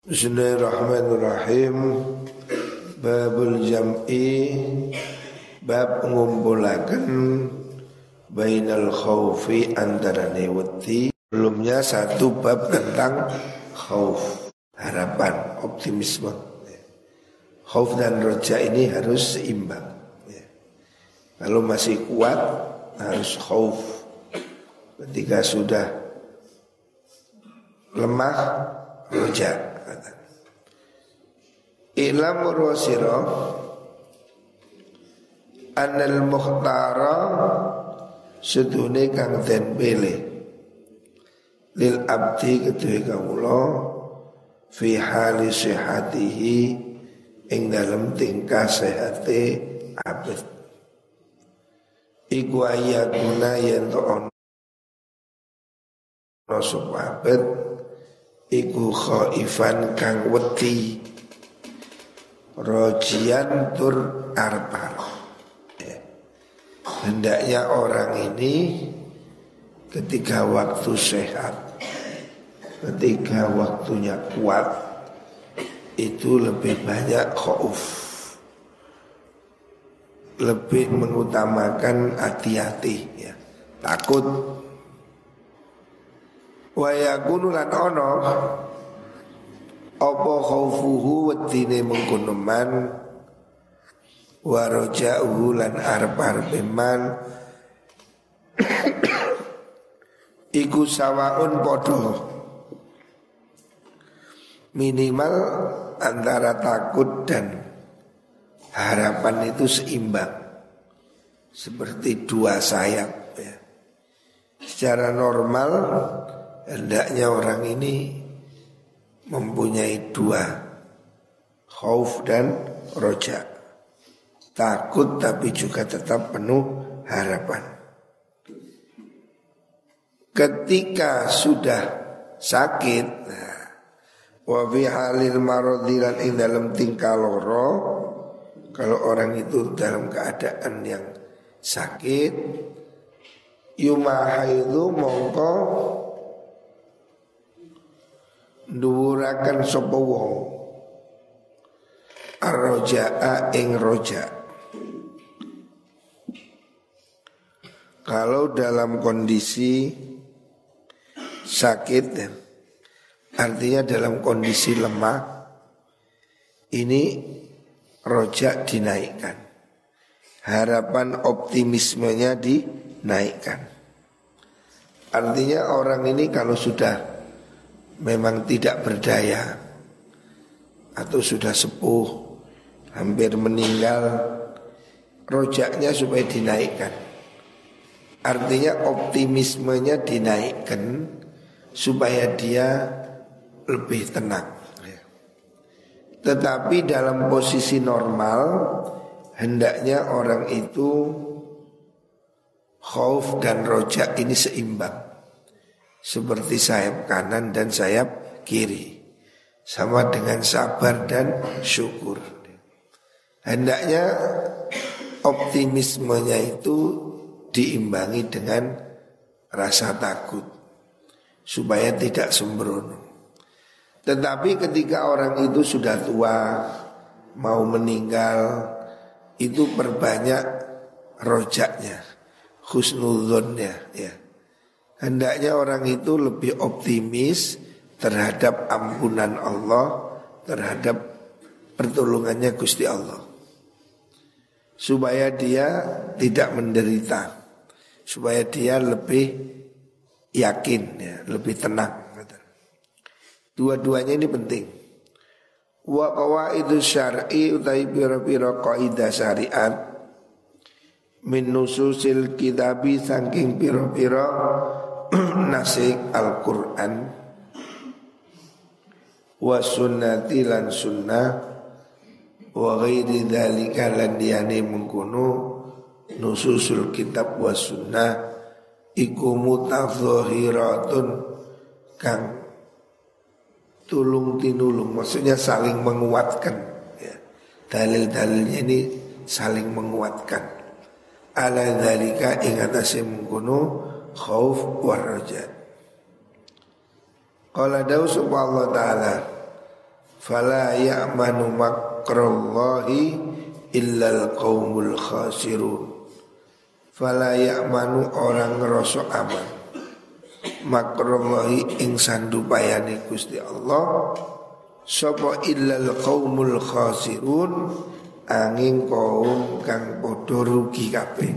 Bismillahirrahmanirrahim. Babul jam'i, bab ngumpulaken bainal khaufi antara wedi. Sebelumnya satu bab tentang khauf, harapan, optimisme. Khauf dan roja ini harus seimbang. Kalau masih kuat harus khauf. Ketika sudah lemah roja. Ilam murwasiro anal mukhtara sedune kang den pilih lil abdi kedue kawula fi hali sihatihi ing dalem tingkah sehate abad iku ayatuna yen to ono sapa abad iku khaifan kang wedi rojian tur arpar. Hendaknya orang ini ketika waktu sehat, ketika waktunya kuat, itu lebih banyak khauf, lebih mengutamakan hati-hati, ya, takut. Wa yakunu lan ono apa khaufuhu wedine mengkono man wa raja'uhu lan arep-arep man iku sawaun padha minimal antara takut dan harapan itu seimbang seperti dua sayap, ya. Secara normal hendaknya orang ini mempunyai dua, khauf dan roja. Takut tapi juga tetap penuh harapan. Ketika sudah sakit, wa fi halil maradilan ing dalam tingkah loro, kalau orang itu dalam keadaan yang sakit, yumahaidu mongko dhuwuraken sapa wong ar-rajaa ing roja. Kalau dalam kondisi sakit, artinya dalam kondisi lemah, ini roja dinaikkan, harapan optimismenya dinaikkan. Artinya orang ini kalau sudah memang tidak berdaya atau sudah sepuh, hampir meninggal, rojaknya supaya dinaikkan. Artinya optimismenya dinaikkan supaya dia lebih tenang. Tetapi dalam posisi normal hendaknya orang itu khauf dan rojak ini seimbang. Seperti sayap kanan dan sayap kiri, sama dengan sabar dan syukur. Hendaknya optimismenya itu diimbangi dengan rasa takut supaya tidak sembrono. Tetapi ketika orang itu sudah tua, mau meninggal, itu perbanyak rojaknya, husnudzonnya, ya. Hendaknya orang itu lebih optimis terhadap ampunan Allah, terhadap pertolongannya Gusti Allah, supaya dia tidak menderita, supaya dia lebih yakin, ya, lebih tenang. Dua-duanya ini penting. Wa qawaidu syar'i utai pira-pira kaidah syariat min nususil kitabi saking pira-pira nasik Al-Quran wa sunnati lan sunnah wa ghairi dhalika lan diyani mengkono nususul kitab wa sunnah iku mutadzahiratun kang tulung tinulung, maksudnya saling menguatkan, ya. Dalil-dalilnya ini saling menguatkan. Ala dhalika ing atase mengkono khauf wa raja. Qala dawu subhanahu wa ta'ala Fala ya'manu makrallahi illal qaumul khasirun. Fala ya'manu orang ngerasa aman makrallahi ing sandupayane Gusti Allah sapa illal qaumul khasirun angin kaum kang padha rugi kabeh.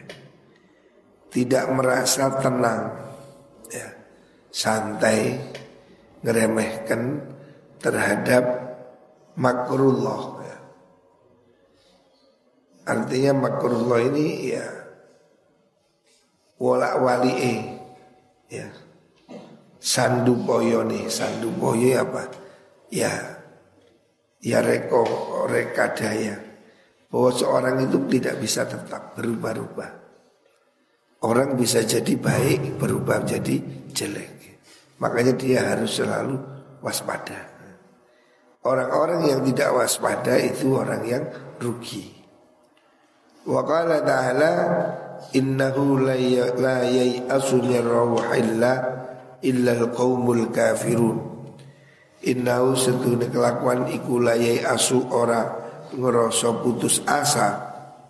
Tidak merasa tenang ya, santai ngeremehkan terhadap makrullah ya. Artinya makrullah ini ya wolak wali'e ya, sandupoyo apa ya rekadaya bahwa seorang itu tidak bisa tetap berubah-ubah. Orang bisa jadi baik berubah jadi jelek, makanya dia harus selalu waspada. Orang-orang yang tidak waspada itu orang yang rugi. Wa qala ta'ala innahu la yai'asu min rauhillah illa al-qaumul kafirun. Innahu setune kelakuan iku la yai'asu ora ngerasa putus asa.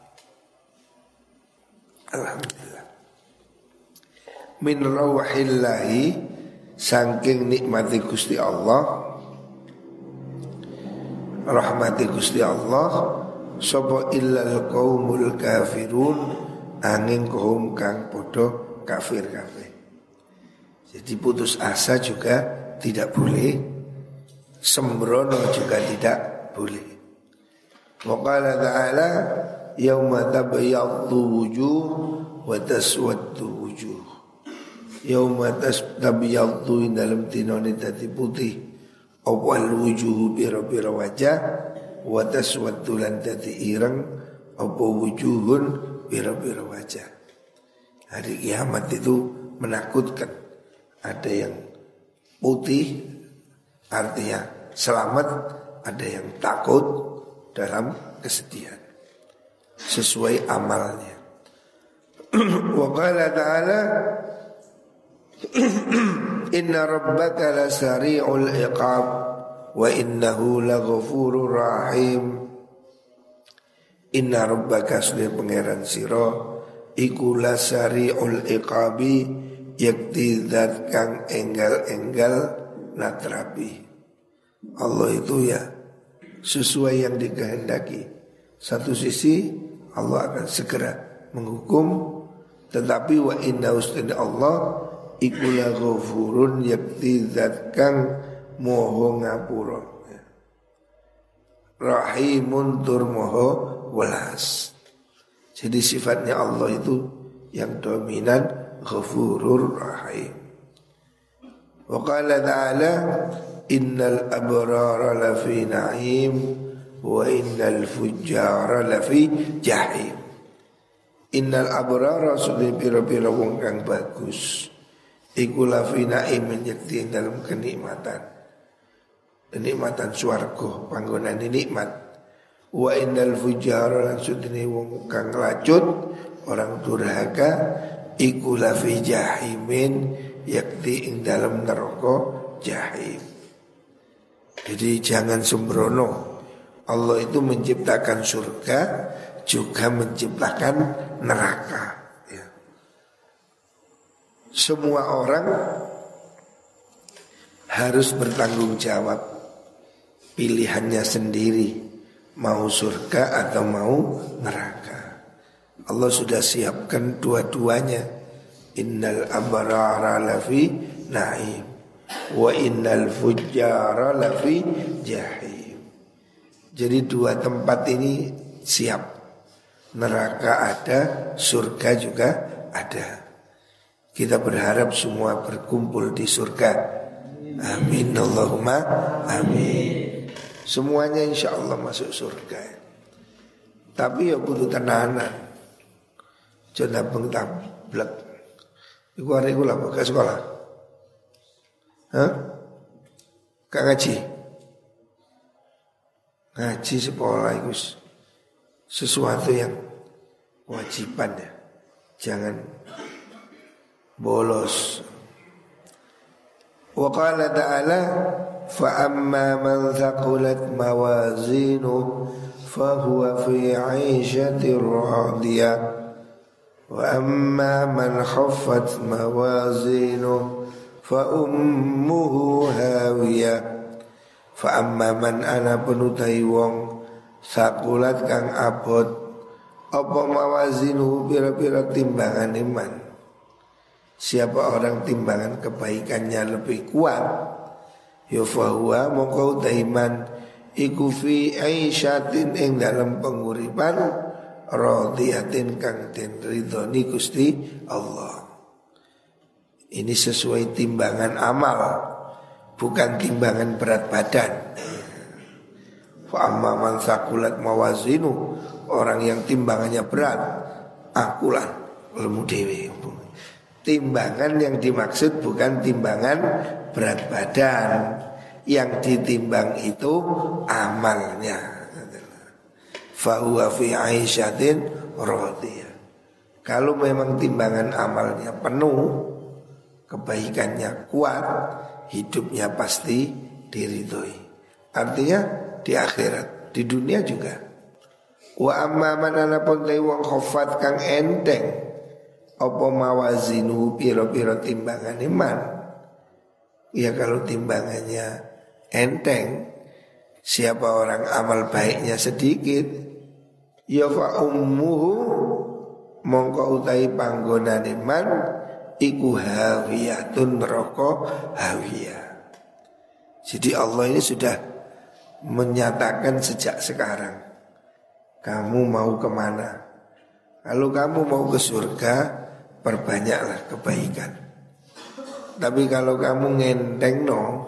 Alhamdulillah. Min rauhillahi saking nikmati Gusti Allah, rahmati Gusti Allah sapa illal qaumul kafirun angin kaum kang podo kafir kabeh. Jadi putus asa juga tidak boleh, sembrono juga tidak boleh. Wa qala ta'ala yauma tabyaddu wujuh wa taswaddu wujuh. Yauma tabyaddu dalam dinane dadi putih awal wujuh bira-bira wajah wa taswaddu lan dadi ireng apa wujuhun bira-bira wajah. Hari kiamat itu menakutkan. Ada yang putih artinya selamat, ada yang takut dalam kesedihan sesuai amalnya. Wa qala ta'ala inna rabbaka lasari'ul iqab wa innahu laghafurur rahim. Inna rabbaka sudah pangeran sira iku lasari'ul iqabi yakti zat kang enggal-enggal natrapi. Allah itu ya sesuai yang dikehendaki. Satu sisi Allah akan segera menghukum, tetapi wa inna ustina Allah iku la ghafurun yakti zat kang moho ngapura, rahimun tur moho welas. Jadi sifatnya Allah itu yang dominan, ghafurur rahim. Wa qala ta'ala innal abrara lafi na'im wa innal fujjara lafi jahim. Innal abrara sudah pira-pira wong kang bagus iku lafi na'im yakti dalam kenikmatan swarga, panggonan nikmat. Wa innal fujjara lan sudene wong kang lacut, orang durhaka iku lafi jahimin yakti ing dalam neraka jahim. Jadi jangan sembrono. Allah itu menciptakan surga juga menciptakan neraka ya. Semua orang harus bertanggung jawab pilihannya sendiri, mau surga atau mau neraka. Allah sudah siapkan dua-duanya. Innal abrara lafi na'im wa innal fujjara lafi jahim. Jadi dua tempat ini siap. Neraka ada, surga juga ada. Kita berharap semua berkumpul di surga. Amin Allahumma amin. Semuanya insya Allah masuk surga. Tapi ya butuh tenanan. Jangan bengtablek. Iku hari iku lah ke sekolah. Hah? Kak ngaji? Ngaji sekolah itu sesuatu yang kewajiban ya. Jangan bolos. Wa qala ta'ala fa amma man thaqulat mawazinuhu fa huwa fi 'aishatir radiyah wa amma man khaffat mawazinuhu fa ummuhu hawiyah. Fa amma man ana penutai wong thaqulat kang abot apa mawazinuhu pira-pira timbangan iman. Siapa orang timbangan kebaikannya lebih kuat, ya fahuwa mongko daiman iku fi aisyatin ing dalam penguripan radiyatin kang den ridhoni Gusti Allah. Ini sesuai timbangan amal, bukan timbangan berat badan. Fa amma man thaqulat mawazinu, orang yang timbangannya berat, akulan lemu dhewe. Timbangan yang dimaksud bukan timbangan berat badan, yang ditimbang itu amalnya. Fa huwa fi 'aisyatin radiyah. Kalau memang timbangan amalnya penuh, kebaikannya kuat, hidupnya pasti diridhoi. Artinya di akhirat, di dunia juga. Wa amma man anapun wong khofat kang enteng apa mawazinu piro-piro timbangan iman. Ya kalau timbangannya enteng, siapa orang amal baiknya sedikit, ya fa ummuhu mongko utai panggonan iman iku hawiyatun neraka hawiyah. Jadi Allah ini sudah menyatakan sejak sekarang, kamu mau kemana? Kalau kamu mau ke surga, perbanyaklah kebaikan. Tapi kalau kamu ngenteng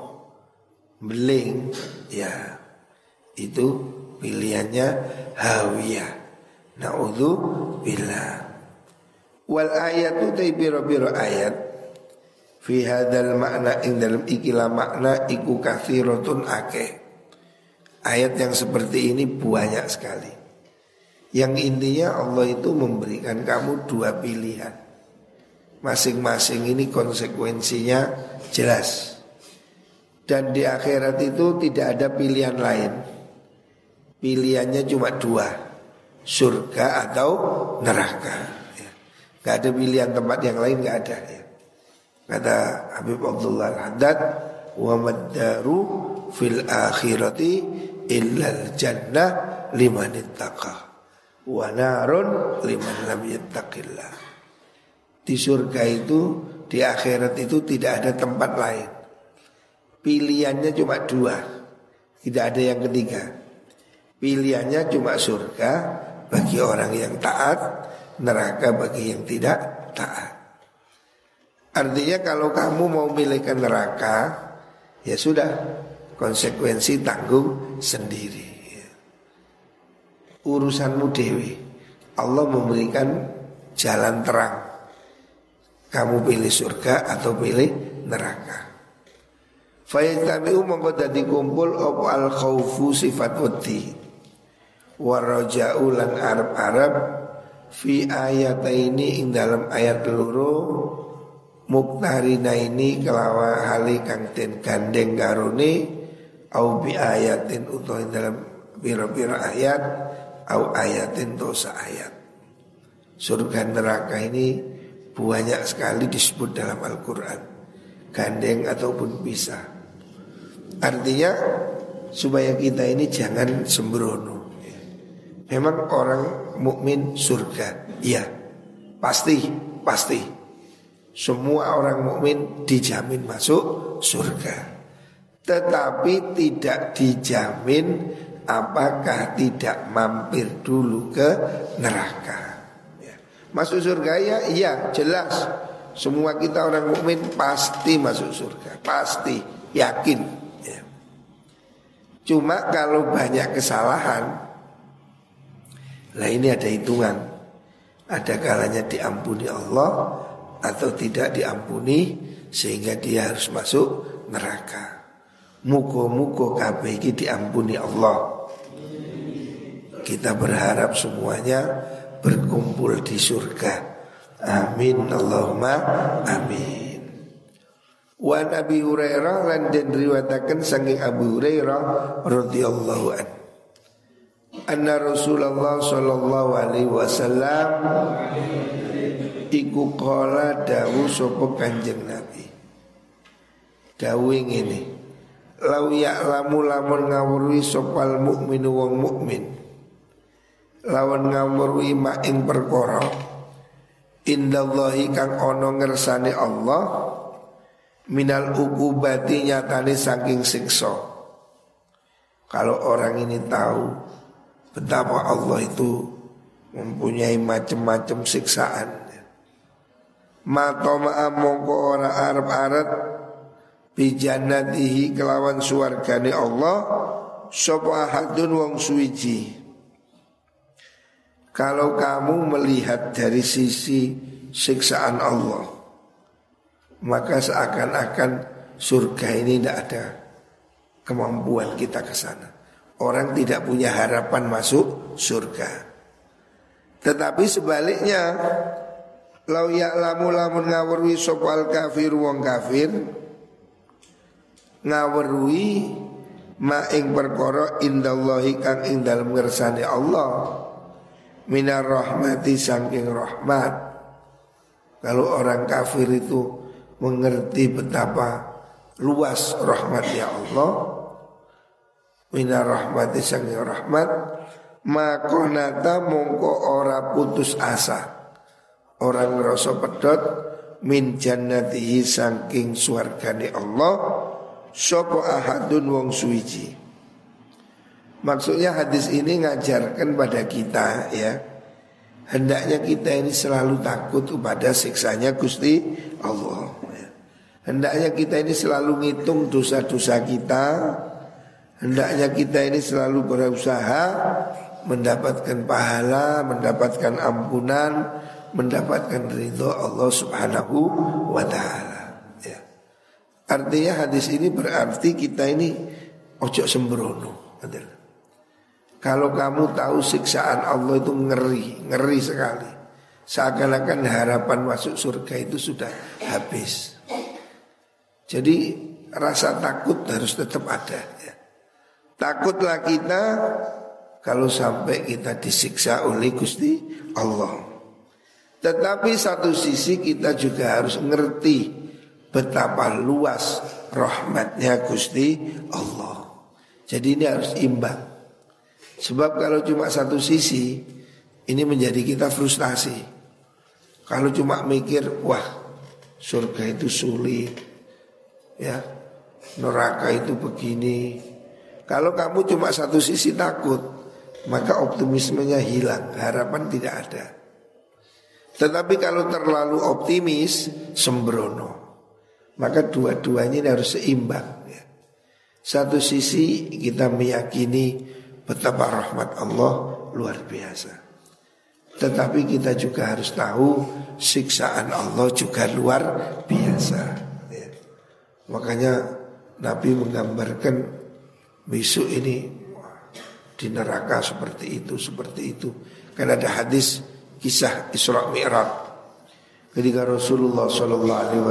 beling, ya itu pilihannya hawiyah. Na'udzubillah. Wal ayatu taibiro-biro ayat fi hadzal makna ing dalam ikilah makna iku katsiratun akeh. Ayat yang seperti ini banyak sekali. Yang intinya Allah itu memberikan kamu dua pilihan. Masing-masing ini konsekuensinya jelas. Dan di akhirat itu tidak ada pilihan lain. Pilihannya cuma dua, surga atau neraka. Gak ada pilihan tempat yang lain, gak ada. Kata Habib Abdullah Al-Haddad, wa maddaru fil akhirati illal jannah liman ittaqa wa narun liman lam yattaqillah. Di surga itu, di akhirat itu tidak ada tempat lain. Pilihannya cuma dua, tidak ada yang ketiga. Pilihannya cuma surga bagi orang yang taat, neraka bagi yang tidak taat. Artinya kalau kamu mau milihkan neraka, ya sudah, konsekuensi tanggung sendiri. Urusanmu dewi. Allah memberikan jalan terang. Kamu pilih surga atau pilih neraka. Fayajtami'u mongko dadi kumpul apa al khaufu sifat wedi, waraja'u lan arab-arab fi ayataini ing dalam ayat loro muktarina ini kelawa hali kang den gandeng karone au bi ayatin utawa dalam pira-pira ayat au ayatin dosa ayat. Surga neraka ini banyak sekali disebut dalam Al-Quran, gandeng ataupun pisah. Artinya supaya kita ini jangan sembrono. Memang orang mukmin surga, iya, pasti. Semua orang mukmin dijamin masuk surga. Tetapi tidak dijamin apakah tidak mampir dulu ke neraka. Masuk surga ya, iya jelas. Semua kita orang mukmin pasti masuk surga, pasti, yakin. Ya. Cuma kalau banyak kesalahan, lah ini ada hitungan. Ada kalanya diampuni Allah atau tidak diampuni sehingga dia harus masuk neraka. Muga-muga kabeh iki diampuni Allah. Kita berharap semuanya berkumpul di surga. Amin Allahumma amin. Wa Nabi Hurairah lan den riwayataken saking Abu Hurairah radhiyallahu an. Anna Rasulullah sallallahu alaihi wasallam iku qala dawu sapa Kanjeng Nabi. Dawu ngene. Lau ya'lamu lamun ngawruhi sopal mukminu wong mukmin. Lawan ngawruhi ma ing perkara indallahi kang ana ngersane Allah minal ukubati nyatane saking siksa. Kalau orang ini tahu betapa Allah itu mempunyai macam-macam siksaan, matoma mongko ora arep-arep bijannatihi kelawan suargane Allah sapa ahadun wong suwiji. Kalau kamu melihat dari sisi siksaan Allah, maka seakan-akan surga ini tidak ada kemampuan kita ke sana. Orang tidak punya harapan masuk surga. Tetapi sebaliknya, lau ya'lamu lamun ngawruhi sopal kafir wong kafir, ngawruhi ma ing perkara indallahi kang ing dalem ngersane Allah minar rahmati saking rahmat. Kalau orang kafir itu mengerti betapa luas rahmatnya Allah, minar rahmati saking rahmat, makonata mongko ora putus asa. Orang ngerasa pedot min jannatihi saking swargane Allah sapa ahadun wong suwiji. Maksudnya hadis ini ngajarkan pada kita ya, hendaknya kita ini selalu takut kepada siksanya Gusti Allah ya. Hendaknya kita ini selalu ngitung dosa-dosa kita. Hendaknya kita ini selalu berusaha mendapatkan pahala, mendapatkan ampunan, mendapatkan ridho Allah subhanahu wa ta'ala ya. Artinya hadis ini berarti kita ini ojo sembrono. Kalau kamu tahu siksaan Allah itu ngeri sekali. Seakan-akan harapan masuk surga itu sudah habis. Jadi rasa takut harus tetap ada ya. Takutlah kita kalau sampai kita disiksa oleh Gusti Allah. Tetapi satu sisi kita juga harus ngerti betapa luas rahmatnya Gusti Allah. Jadi ini harus imbang. Sebab kalau cuma satu sisi, ini menjadi kita frustasi. Kalau cuma mikir, wah surga itu sulit, ya neraka itu begini. Kalau kamu cuma satu sisi takut, maka optimismenya hilang, harapan tidak ada. Tetapi kalau terlalu optimis, sembrono. Maka dua-duanya ini harus seimbang ya. Satu sisi kita meyakini betapa rahmat Allah luar biasa, tetapi kita juga harus tahu siksaan Allah juga luar biasa ya. Makanya Nabi menggambarkan besok ini di neraka seperti itu. Kan ada hadis kisah Isra Mi'raj ketika Rasulullah SAW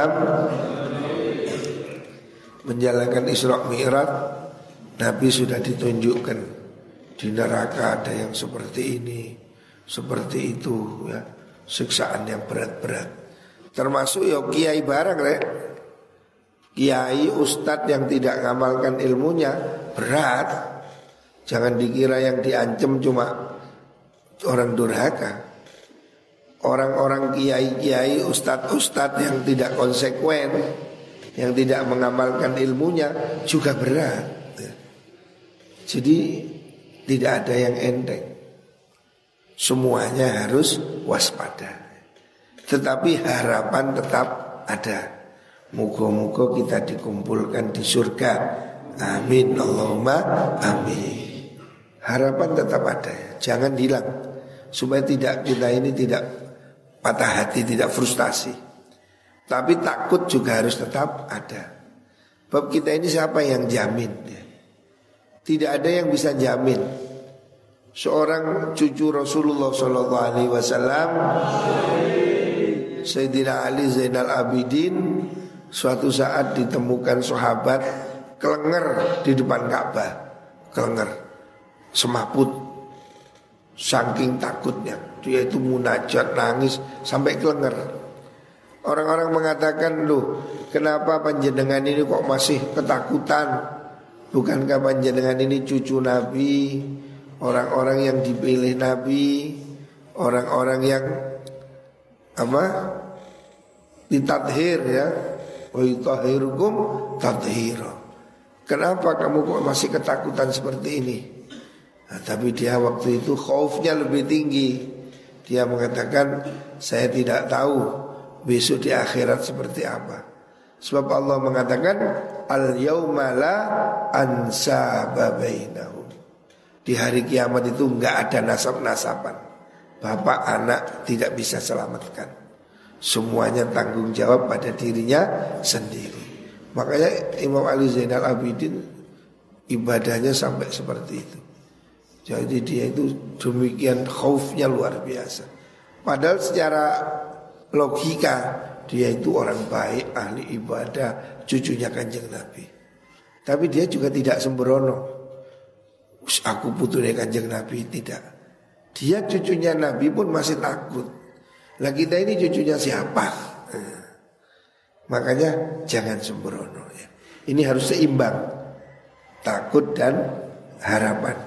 menjalankan Isra Mi'raj. Nabi sudah ditunjukkan di neraka ada yang seperti ini, seperti itu ya, siksaan yang berat-berat. Termasuk ya kiai barang rek. Kiai ustadz yang tidak ngamalkan ilmunya berat. Jangan dikira yang diancam cuma orang durhaka. Orang-orang kiai-kiai, ustadz-ustadz yang tidak konsekuen, yang tidak mengamalkan ilmunya juga berat. Jadi tidak ada yang enteng. Semuanya harus waspada. Tetapi harapan tetap ada. Moga-moga kita dikumpulkan di surga. Amin Allahumma amin. Harapan tetap ada. Jangan hilang. Supaya kita ini tidak patah hati, tidak frustasi. Tapi takut juga harus tetap ada. Sebab kita ini siapa yang jamin ya? Tidak ada yang bisa jamin. Seorang cucu Rasulullah SAW, Sayyidina Ali Zainal Abidin, Suatu saat ditemukan sahabat kelenger di depan Ka'bah, kelenger, semaput, saking takutnya. Dia itu munajat, nangis sampai kelenger. Orang-orang mengatakan, loh, kenapa panjenengan ini kok masih ketakutan? Bukankah panjenengan ini cucu Nabi, orang-orang yang dipilih Nabi, orang-orang yang ditadhir ya, wa yutahhirukum tadhira. Kenapa kamu kok masih ketakutan seperti ini? Nah, tapi dia waktu itu khaufnya lebih tinggi. Dia mengatakan, saya tidak tahu besok di akhirat seperti apa. Sebab Allah mengatakan, al-yauma la ansaba bainahum. Di hari kiamat itu enggak ada nasab-nasaban. Bapak anak tidak bisa selamatkan. Semuanya tanggung jawab pada dirinya sendiri. Makanya Imam Ali Zainal Abidin ibadahnya sampai seperti itu. Jadi dia itu demikian khaufnya luar biasa. Padahal secara logika dia itu orang baik, ahli ibadah, cucunya Kanjeng Nabi. Tapi dia juga tidak sembrono. Aku putunya Kanjeng Nabi, tidak. Dia cucunya Nabi pun masih takut. Lah kita ini cucunya siapa? Makanya jangan sembrono ya. Ini harus seimbang, takut dan harapan.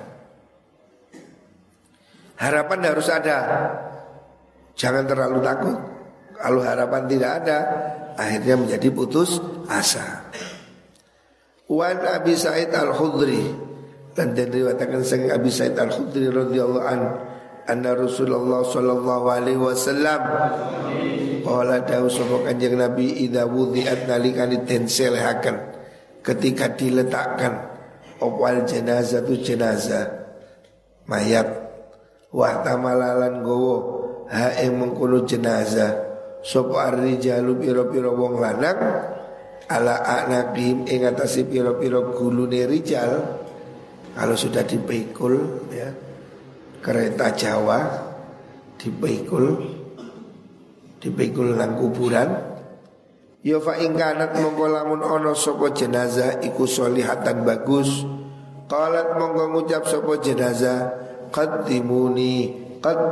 Harapan harus ada. Jangan terlalu takut. Kalau harapan tidak ada, akhirnya menjadi putus asa. Wan Abi Sa'id Al-Khudri, dan diriwayatkan sang Abi Sa'id Al-Khudri radhiyallahu anhu, anna Rasulullah sallallahu alaihi wasallam qala dawu sapa Kanjeng Nabi idza wudi'at nalikane den selehaken, ketika diletakkan opal jenazah tu jenazah mayat wa tamalalan gowo ha ing mengkono jenazah sapa ar-rijalu pira-pira wong lanang ala anaqim ing atase pira-pira gulune rijal. Kalau sudah dipikul ya, kereta Jawa dipikul nang kuburan, ya fa ing kanat mongko lamun ana sapa jenazah iku sholihatan bagus, qalat mongko ngucap sapa jenazah qaddimuni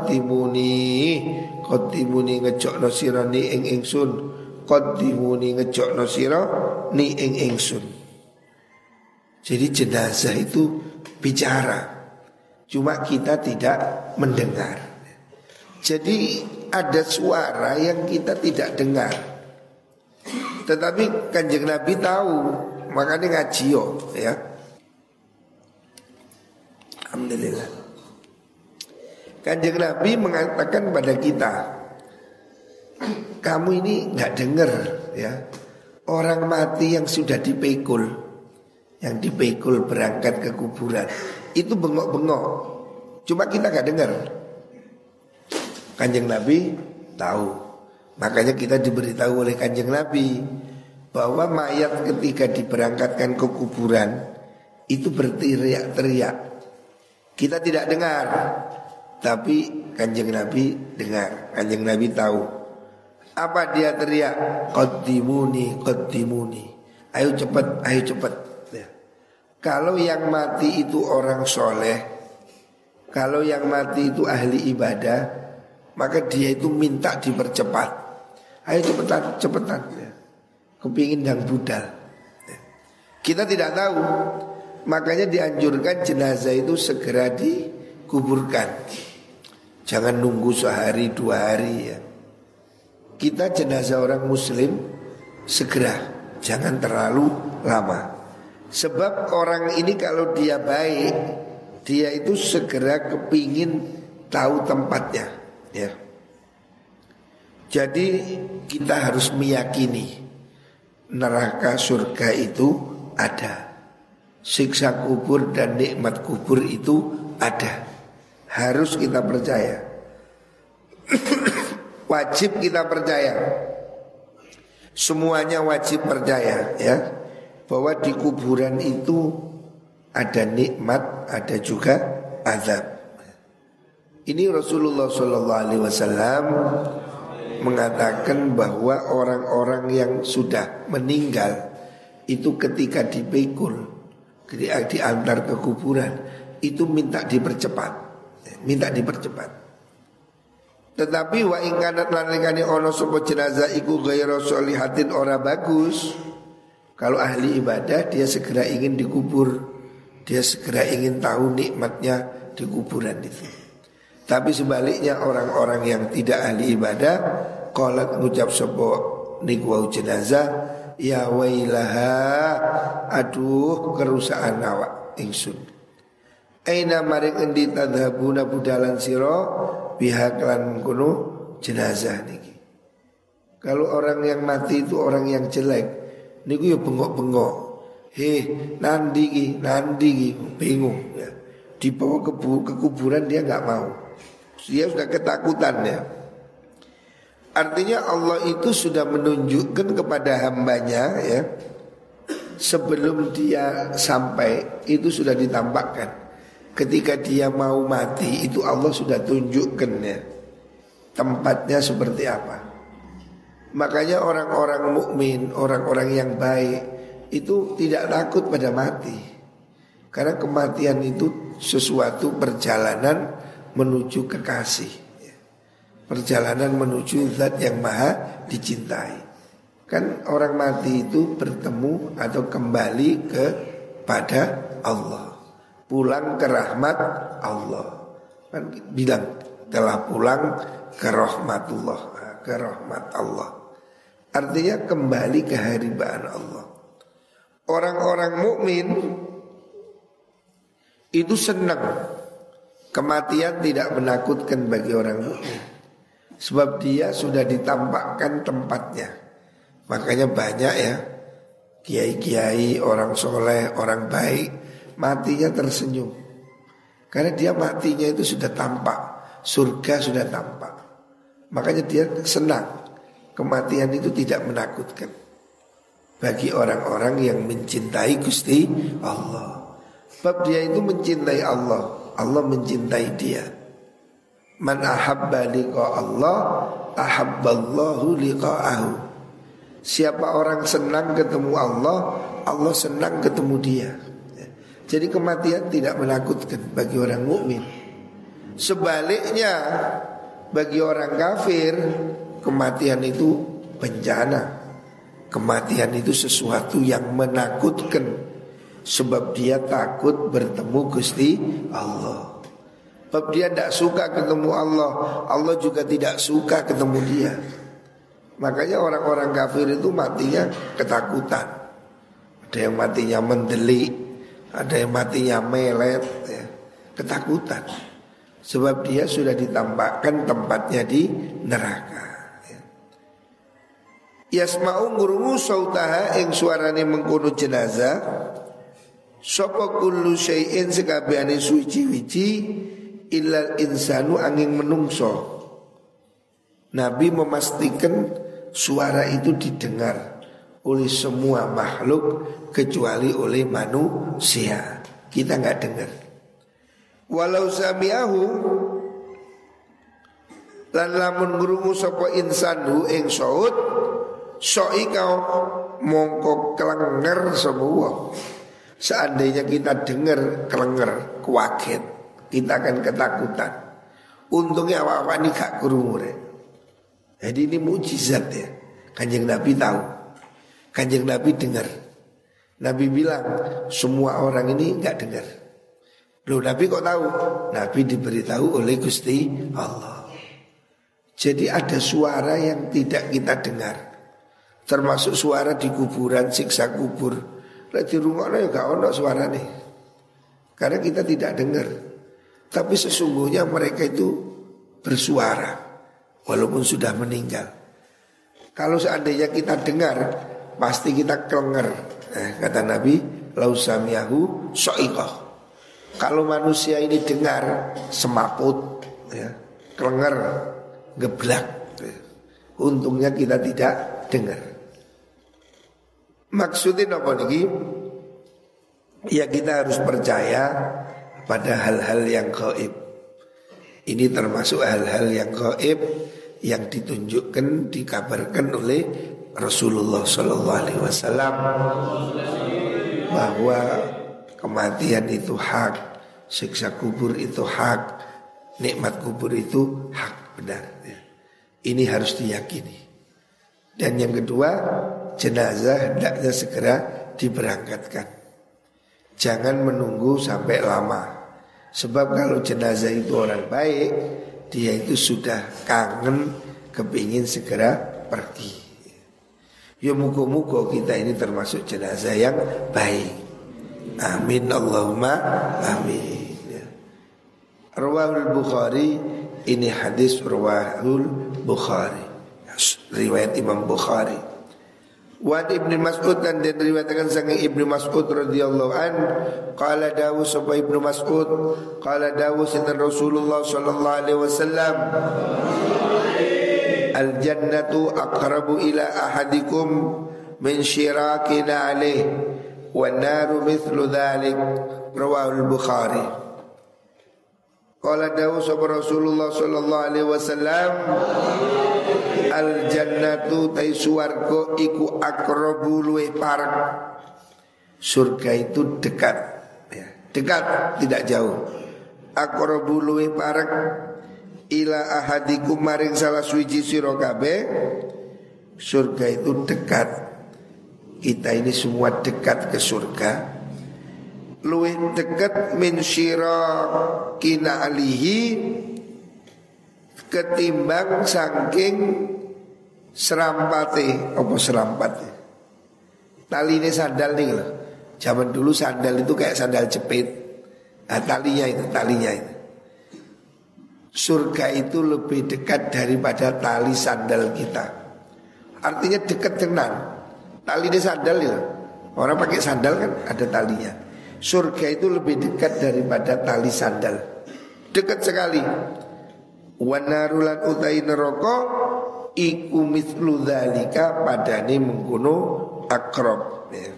ngejokno sira ni ing ingsun, qaddimuni ngejokno sira ni ing ingsun. Jadi jenazah itu bicara, cuma kita tidak mendengar. Jadi ada suara yang kita tidak dengar, tetapi Kanjeng Nabi tahu, makanya ngaji ya. Alhamdulillah. Kanjeng Nabi mengatakan pada kita, kamu ini nggak dengar ya, orang mati yang sudah dipikul, yang dipikul berangkat ke kuburan itu bengok-bengok, cuma kita nggak dengar. Kanjeng Nabi tahu, makanya kita diberitahu oleh Kanjeng Nabi bahwa mayat ketika diberangkatkan ke kuburan itu berteriak-teriak. Kita tidak dengar, tapi Kanjeng Nabi dengar. Kanjeng Nabi tahu. Apa dia teriak? Qaddimuni, qaddimuni. Ayo cepat, ayo cepat. Ya. Kalau yang mati itu orang soleh, kalau yang mati itu ahli ibadah, maka dia itu minta dipercepat. Ayo cepetan, cepetan ya. Kepingin yang budal ya. Kita tidak tahu, makanya dianjurkan jenazah itu segera dikuburkan. Jangan nunggu sehari dua hari ya. Kita jenazah orang muslim segera, jangan terlalu lama. Sebab orang ini kalau dia baik, dia itu segera kepingin tahu tempatnya ya. Jadi kita harus meyakini neraka surga itu ada, siksa kubur dan nikmat kubur itu ada. Harus kita percaya. Wajib kita percaya. Semuanya wajib percaya ya, bahwa di kuburan itu ada nikmat, ada juga azab. Ini Rasulullah SAW mengatakan bahwa orang-orang yang sudah meninggal itu ketika dipikul, ketika diantar ke kuburan itu minta dipercepat. Tetapi wa in kanat lan ono sapa jenazah iku ghairu sholihatin ora bagus. Kalau ahli ibadah dia segera ingin dikubur, dia segera ingin tahu nikmatnya di kuburan itu. Tapi sebaliknya orang-orang yang tidak ahli ibadah, qalat ngucap sapa niku jenazah, ya wailaha, aduh kerusakan awak ingsun. Aina maring endi tadhabuna budalan sira biha kelan kuno jenazah niki. Kalau orang yang mati itu orang yang jelek, niku ya bengok-bengok. Nandi ki bingung ya. Dibawa ke kuburan dia nggak mau. Dia sudah ketakutan ya. Artinya Allah itu sudah menunjukkan kepada hambanya ya, sebelum dia sampai itu sudah ditampakkan. Ketika dia mau mati itu Allah sudah tunjukkan ya tempatnya seperti apa. Makanya orang-orang mukmin, orang-orang yang baik itu tidak takut pada mati. Karena kematian itu sesuatu perjalanan menuju kekasih, perjalanan menuju zat yang maha dicintai. Kan orang mati itu bertemu atau kembali kepada Allah, pulang ke rahmat Allah. Kan bilang telah pulang ke rahmatullah, ke rahmat Allah. Artinya kembali ke haribaan Allah. Orang-orang mukmin itu senang, kematian tidak menakutkan bagi orang mukmin. Sebab dia sudah ditampakkan tempatnya. Makanya banyak ya kiai-kiai, orang soleh, orang baik matinya tersenyum. Karena dia matinya itu sudah tampak, surga sudah tampak. Makanya dia senang. Kematian itu tidak menakutkan bagi orang-orang yang mencintai Gusti Allah. Sebab dia itu mencintai Allah, Allah mencintai dia. Man ahabba liqa Allah, ahabballahu liqa'ahu. Siapa orang senang ketemu Allah, Allah senang ketemu dia. Jadi kematian tidak menakutkan bagi orang mukmin. Sebaliknya bagi orang kafir, kematian itu bencana. Kematian itu sesuatu yang menakutkan. Sebab dia takut bertemu Gusti Allah. Sebab dia tidak suka ketemu Allah, Allah juga tidak suka ketemu dia. Makanya orang-orang kafir itu matinya ketakutan. Ada yang matinya mendelik, ada yang matinya melet ya. Ketakutan. Sebab dia sudah ditampakkan tempatnya di neraka ya. Yasma'u ngurungu sautaha ing suarane mengkono jenazah. Sapa kullu syai'in sekabehane suci-wici illal insanu angin menungso. Nabi memastikan suara itu didengar oleh semua makhluk kecuali oleh manusia. Kita enggak dengar. Walau sami'ahu lan lamun ngrungu sapa insanhu ing saut soika mongko kelenger semua. Seandainya kita dengar kelenger, kuaget, kita akan ketakutan. Untungnya awak-awak ini gak krungu. Jadi ini mukjizat ya. Kanjeng Nabi tahu, Kanjeng Nabi dengar. Nabi bilang semua orang ini gak dengar. Loh Nabi kok tahu? Nabi diberitahu oleh Gusti Allah. Jadi ada suara yang tidak kita dengar, termasuk suara di kuburan, siksa kubur. Lek dirungokno ya gak ono suarane. Karena kita tidak dengar. Tapi sesungguhnya mereka itu bersuara walaupun sudah meninggal. Kalau seandainya kita dengar, pasti kita kelenger. Kata Nabi, lau samiyahu so'iqah. Kalau manusia ini dengar, semaput ya, kelenger, geblak ya. Untungnya kita tidak dengar. Maksudnya apa niki? Ya kita harus percaya pada hal-hal yang gaib. Ini termasuk hal-hal yang gaib yang ditunjukkan, dikabarkan oleh Rasulullah Sallallahu Alaihi Wasallam bahwa kematian itu hak, siksa kubur itu hak, nikmat kubur itu hak, benar. Ini harus diyakini. Dan yang kedua, jenazah hendaknya segera diberangkatkan. Jangan menunggu sampai lama. Sebab kalau jenazah itu orang baik, dia itu sudah kangen, kepingin segera pergi. Ya muka-muka kita ini termasuk jenazah yang baik. Amin Allahumma amin. Rawahul Bukhari, ini hadis rawahul Bukhari, riwayat Imam Bukhari. Wa Ibnu Mas'ud, dan diriwayatkan saking Ibnu Mas'ud radhiyallahu an, qala dawu sapa Ibnu Mas'ud, qala dawu sinten Rasulullah sallallahu alaihi wasallam, al jannatu aqrabu ila ahadikum min syirakin alaih wan naru mithlu dzalik, rawahul Bukhari. Qala dawu sapa Rasulullah sallallahu alaihi wasallam, al jannatu tai suwarga iku aqrabu luweh parek. Surga itu dekat, ya, dekat tidak jauh. Aqrabu luweh parek ila ahadikum maring salah suwiji sira kabeh. Surga itu dekat. Kita ini semua dekat ke surga. Luwih dekat min syirakina alihi, ketimbang saking serampate. Apa serampate? Taline sandal nih loh. Zaman dulu sandal itu kayak sandal jepit. Nah, talinya itu. Surga itu lebih dekat daripada tali sandal kita. Artinya dekat tenan. Taline sandal ya. Orang pakai sandal kan ada talinya. Surga itu lebih dekat daripada tali sandal. Dekat sekali. Wa narulan utai neraka iku mithlu dzalika, padane mengkono akrab. Ya.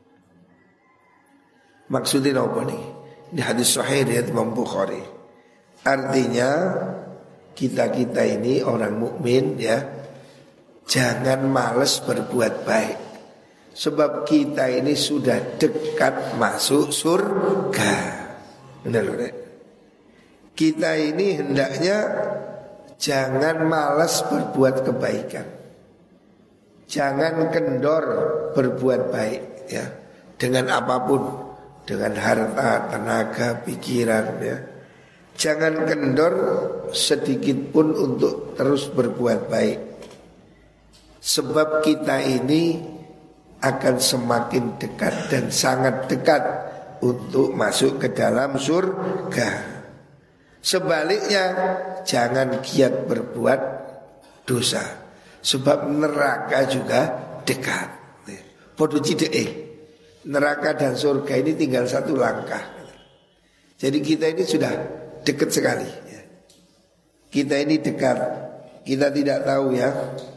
Maksudnya apa nih? Di hadis sahih riwayat Imam Bukhari. Artinya kita ini orang mukmin ya, jangan malas berbuat baik. Sebab kita ini sudah dekat masuk surga. Benar loh, Rek? Kita ini hendaknya jangan malas berbuat kebaikan. Jangan kendor berbuat baik ya. Dengan apapun, dengan harta, tenaga, pikiran ya. Jangan kendor sedikit pun untuk terus berbuat baik. Sebab kita ini akan semakin dekat dan sangat dekat untuk masuk ke dalam surga. Sebaliknya, jangan giat berbuat dosa, sebab neraka juga dekat. Podo cideke, neraka dan surga ini tinggal satu langkah. Jadi kita ini sudah dekat sekali. Kita ini dekat. Kita tidak tahu ya.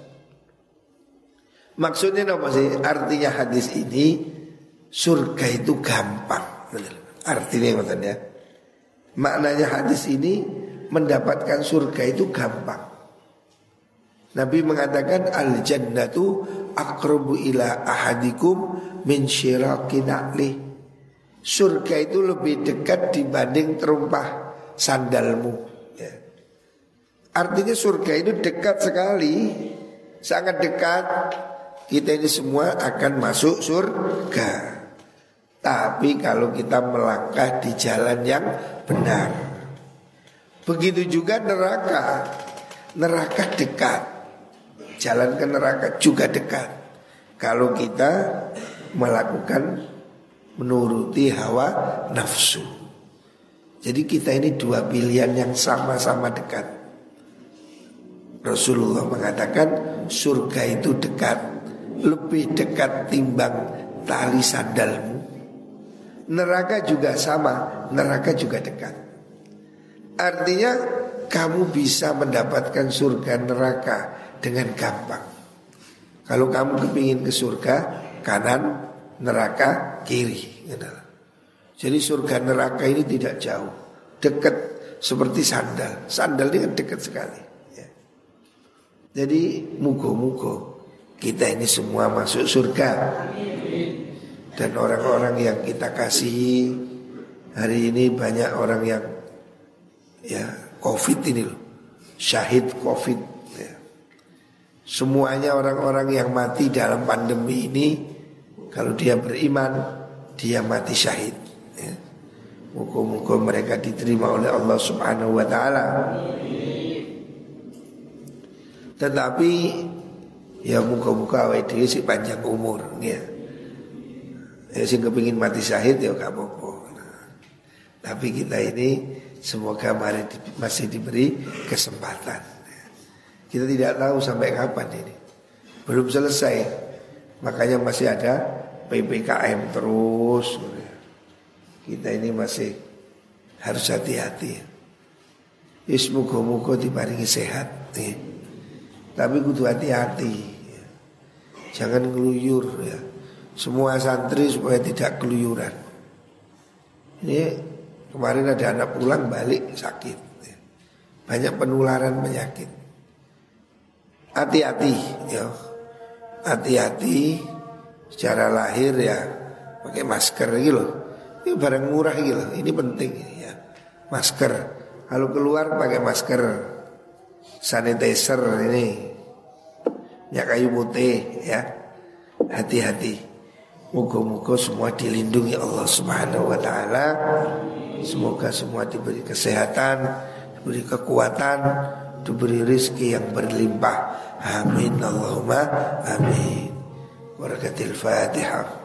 Maksudnya apa sih? Artinya hadis ini, surga itu gampang. Artinya maksudnya, maknanya hadis ini, mendapatkan surga itu gampang. Nabi mengatakan al jannatu aqrabu ila ahadikum min syiraki na'li. Surga itu lebih dekat dibanding terumpah sandalmu ya. Artinya surga itu dekat sekali, sangat dekat. Kita ini semua akan masuk surga. Tapi kalau kita melangkah di jalan yang benar. Begitu juga neraka. Neraka dekat. Jalan ke neraka juga dekat. Kalau kita melakukan menuruti hawa nafsu. Jadi kita ini dua pilihan yang sama-sama dekat. Rasulullah mengatakan surga itu dekat, lebih dekat timbang tali sandalmu. Neraka juga sama, neraka juga dekat. Artinya kamu bisa mendapatkan surga neraka dengan gampang. Kalau kamu kepingin ke surga, kanan, neraka kiri. Jadi surga neraka ini tidak jauh, dekat seperti sandal. Sandal ini kan dekat sekali. Jadi mugo-mugo kita ini semua masuk surga. Dan orang-orang yang kita kasihi hari ini banyak orang yang ya COVID ini loh, syahid COVID ya. Semuanya orang-orang yang mati dalam pandemi ini, kalau dia beriman dia mati syahid ya. Muga-muga mereka diterima oleh Allah Subhanahu wa ta'ala. Tetapi ya muga-muga awake dhewe sik panjang umur ya. Ya sing kepengin mati syahid ya gak apa-apa. Tapi kita ini semoga masih diberi kesempatan. Kita tidak tahu sampai kapan ini. Belum selesai. Makanya masih ada PPKM terus. Kita ini masih harus hati-hati. Semoga-moga diparingi sehat ya. Tapi kudu hati-hati ya. Jangan ngeluyur ya. Semua santri supaya tidak keluyuran. Ini kemarin ada anak pulang balik sakit ya. Banyak penularan penyakit. Hati-hati ya. Hati-hati secara lahir ya. Pakai masker gitu loh. Ini barang murah gitu loh. Ini penting ya. Masker. Kalau keluar pakai masker. Sanitizer ini. Minyak kayu putih ya. Hati-hati. Moga-moga semua dilindungi Allah Subhanahu wa ta'ala. Semoga semua diberi kesehatan, diberi kekuatan, diberi rezeki yang berlimpah. Amin Allahumma amin. Barakatil Fatihah.